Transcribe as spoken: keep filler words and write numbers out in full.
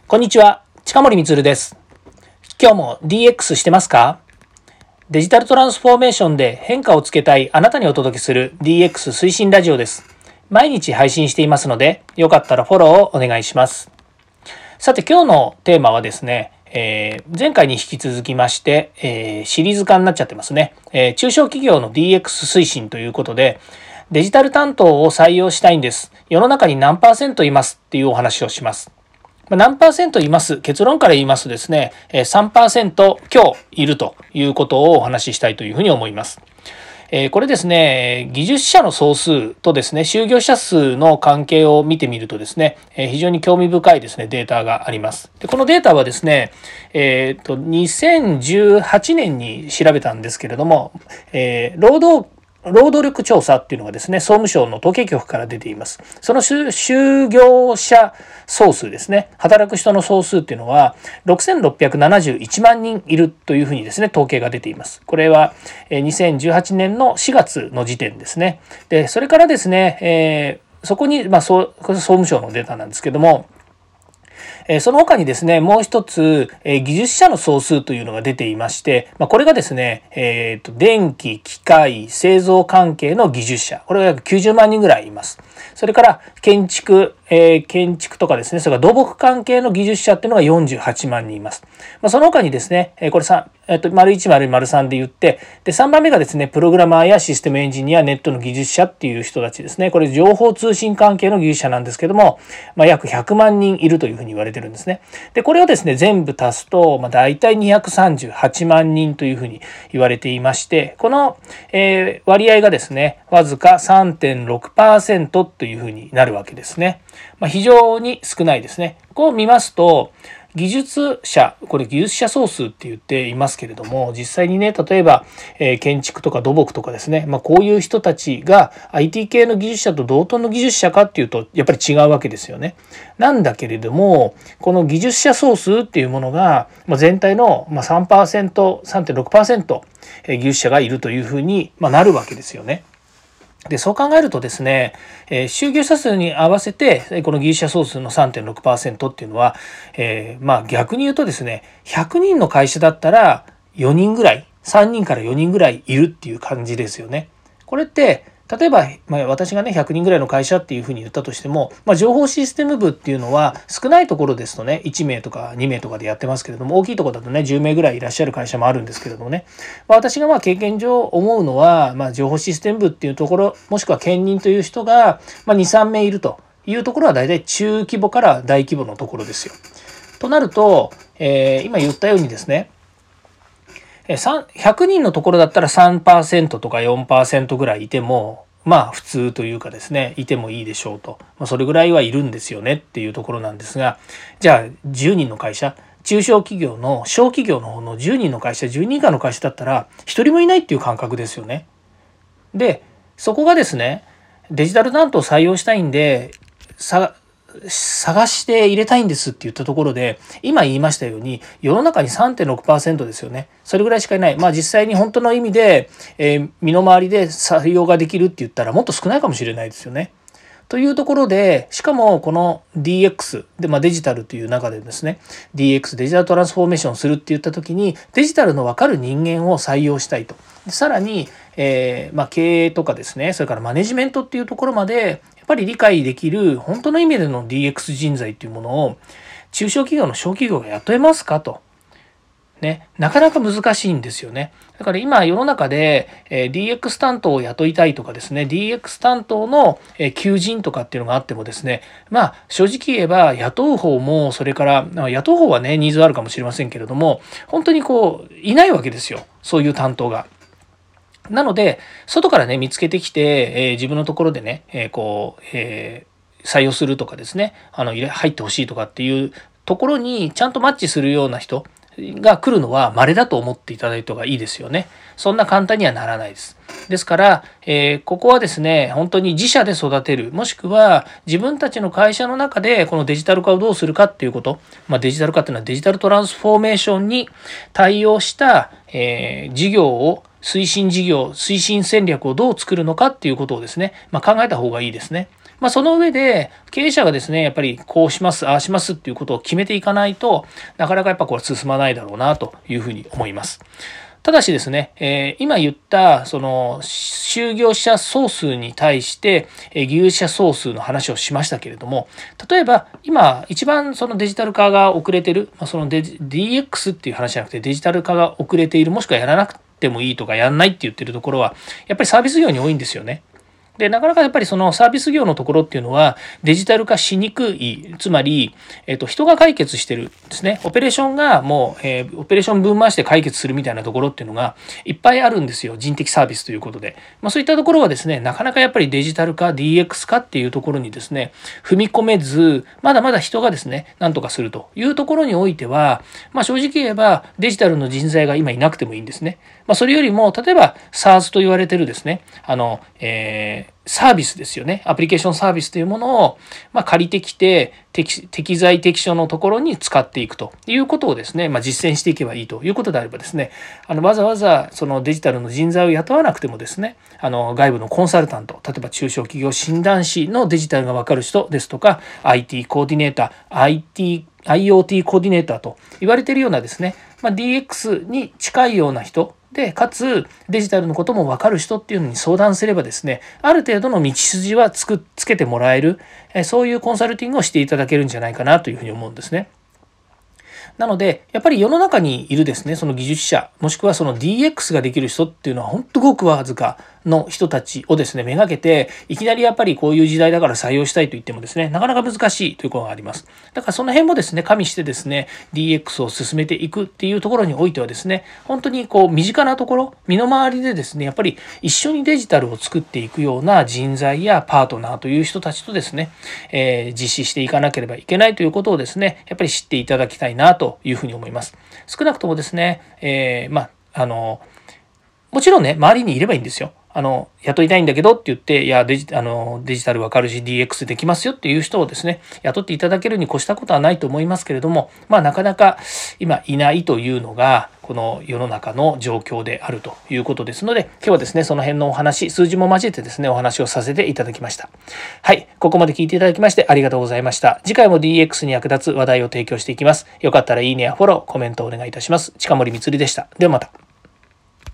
こんにちは、近森光です。今日も ディーエックス してますか？デジタルトランスフォーメーションで変化をつけたいあなたにお届けする ディーエックス 推進ラジオです。毎日配信していますので、よかったらフォローをお願いします。さて今日のテーマはですね、えー、前回に引き続きまして、えー、シリーズ化になっちゃってますね、えー。中小企業の ディーエックス 推進ということで、デジタル担当を採用したいんです。世の中に何パーセントいますっていうお話をします。何パーセントいます？結論から言いますとですね、さんパーセント強いるということをお話ししたいというふうに思います。これですね、技術者の総数とですね、就業者数の関係を見てみるとですね、非常に興味深いですね、データがあります。でこのデータはですね、えー、とにせんじゅうはちねんに調べたんですけれども、えー、労働労働力調査っていうのがですね、総務省の統計局から出ています。その就業者総数ですね、働く人の総数っていうのはろくせんろっぴゃくななじゅういちまんにんいるというふうにですね、統計が出ています。これはにせんじゅうはちねんのしがつの時点ですね。で、それからですね、えー、そこに、まあ、総務省のデータなんですけども、その他にですね、もう一つ、技術者の総数というのが出ていまして、これがですね、えーと、電気、機械、製造関係の技術者。これが約きゅうじゅうまんにんぐらいいます。それから建築、えー、建築とかですね、それから土木関係の技術者っていうのがよんじゅうはちまんにんいます。まあ、その他にですね、これさ、えっと、丸いち、丸に、丸さんで言って、で、さんばんめがですね、プログラマーやシステムエンジニア、ネットの技術者っていう人たちですね。これ情報通信関係の技術者なんですけども、まあ、約ひゃくまんにんいるというふうに言われてるんですね。で、これをですね、全部足すと、まあ、大体にひゃくさんじゅうはちまんにんというふうに言われていまして、この、えー、割合がですね、わずか さんてんろくパーセント というふうになるわけですね。まあ、非常に少ないですね。こう見ますと、技術者、これ技術者総数って言っていますけれども、実際にね、例えば、えー、建築とか土木とかですね、まあ、こういう人たちが アイティー 系の技術者と同等の技術者かっていうと、やっぱり違うわけですよね。なんだけれども、この技術者総数っていうものが、まあ、全体の さんパーセント、さんてんろくパーセント 技術者がいるというふうになるわけですよね。で、そう考えるとですね、えー、就業者数に合わせて、この技術者総数の さんてんろくパーセント っていうのは、えー、まあ逆に言うとですね、ひゃくにんの会社だったらよにんぐらい、さんにんからよにんぐらいいるっていう感じですよね。これって、例えば、まあ、私がねひゃくにんぐらいの会社っていうふうに言ったとしても、まあ、情報システム部っていうのは少ないところですとねいちめいとかにめいとかでやってますけれども、大きいところだとねじゅうめいぐらいいらっしゃる会社もあるんですけれどもね、まあ、私がまあ経験上思うのは、まあ、情報システム部っていうところ、もしくは兼任という人がにさんめいいるというところは大体中規模から大規模のところですよ。となると、えー、今言ったようにですね、ひゃくにんのところだったら さんパーセント とか よんパーセント ぐらいいてもまあ普通というかですね、いてもいいでしょうと、まあ、それぐらいはいるんですよねっていうところなんですが、じゃあじゅうにんの会社、中小企業の小企業の方のじゅうにんの会社、じゅうにん以下の会社だったらひとりもいないっていう感覚ですよね。でそこがですね、デジタル担当を採用したいんでさ探して入れたいんですって言ったところで、今言いましたように世の中に さんてんろくパーセント ですよね。それぐらいしかいない。まあ実際に本当の意味で、えー、身の回りで採用ができるって言ったらもっと少ないかもしれないですよね。というところで、しかもこの ディーエックス で、まあ、デジタルという中でですね、 ディーエックス デジタルトランスフォーメーションするって言った時にデジタルの分かる人間を採用したいと。さらに、えーまあ、経営とかですね、それからマネジメントっていうところまでやっぱり理解できる本当の意味での ディーエックス 人材っていうものを中小企業の小企業が雇えますかと。ね、なかなか難しいんですよね。だから今世の中で ディーエックス 担当を雇いたいとかですね、 ディーエックス 担当の求人とかっていうのがあってもですね、まあ正直言えば雇う方も、それから雇う方はねニーズあるかもしれませんけれども、本当にこういないわけですよ、そういう担当が。なので外からね見つけてきて、えー、自分のところでね、えー、こう、えー、採用するとかですね、あの入ってほしいとかっていうところにちゃんとマッチするような人が来るのは稀だと思っていただいた方がいいですよね。そんな簡単にはならないです。ですから、えー、ここはですね、本当に自社で育てる、もしくは自分たちの会社の中でこのデジタル化をどうするかっていうこと、まあ、デジタル化っていうのはデジタルトランスフォーメーションに対応した、えー、事業を推進事業、推進戦略をどう作るのかっていうことをですね、まあ、考えた方がいいですね。 まあ、その上で経営者がですね、やっぱりこうします、ああしますっていうことを決めていかないと、なかなかやっぱこれ進まないだろうなというふうに思います。ただしですね、えー、今言ったその就業者総数に対して技術者総数の話をしましたけれども、例えば今一番そのデジタル化が遅れてる、その ディーエックス っていう話じゃなくてデジタル化が遅れている、もしくはやらなくてもいいとかやんないって言ってるところはやっぱりサービス業に多いんですよね。で、なかなかやっぱりそのサービス業のところっていうのはデジタル化しにくい、つまり、えっと、人が解決してるんですね。オペレーションがもう、えー、オペレーション分回して解決するみたいなところっていうのがいっぱいあるんですよ。人的サービスということで。まあ、そういったところはですね、なかなかやっぱりデジタル化、ディーエックス 化っていうところにですね、踏み込めず、まだまだ人がですね、なんとかするというところにおいては、まあ、正直言えばデジタルの人材が今いなくてもいいんですね。まあ、それよりも、例えば SaaS と言われてるですね、あの、えーサービスですよね。アプリケーションサービスというものを、まあ、借りてきて適、適材適所のところに使っていくということをですね、まあ、実践していけばいいということであればですね、あのわざわざそのデジタルの人材を雇わなくてもですね、あの外部のコンサルタント、例えば中小企業診断士のデジタルが分かる人ですとか、アイティー コーディネーター、アイティー、アイオーティー コーディネーターと言われているようなですね、まあ、ディーエックス に近いような人で、かつデジタルのことも分かる人っていうのに相談すればですね、ある程度の道筋はつくつけてもらえる、そういうコンサルティングをしていただけるんじゃないかなというふうに思うんですね。なので、やっぱり世の中にいるですね、その技術者、もしくはその ディーエックス ができる人っていうのは本当ごくわずかの人たちをですね、めがけて、いきなりやっぱりこういう時代だから採用したいと言ってもですね、なかなか難しいということがあります。だからその辺もですね、加味してですね、ディーエックス を進めていくっていうところにおいてはですね、本当にこう身近なところ、身の回りでですね、やっぱり一緒にデジタルを作っていくような人材やパートナーという人たちとですね、えー、実施していかなければいけないということをですね、やっぱり知っていただきたいなとというふうに思います。少なくともですね、えー、まあ、あの、もちろんね、周りにいればいいんですよ。あの、雇いたいんだけどって言って、いや、デジ、あの、デジタルわかるし ディーエックス できますよっていう人をですね、雇っていただけるに越したことはないと思いますけれども、まあ、なかなか今いないというのが、この世の中の状況であるということですので、今日はですね、その辺のお話、数字も交えてですね、お話をさせていただきました。はい、ここまで聞いていただきましてありがとうございました。次回も ディーエックス に役立つ話題を提供していきます。よかったらいいねやフォロー、コメントをお願いいたします。近森光でした。ではまた。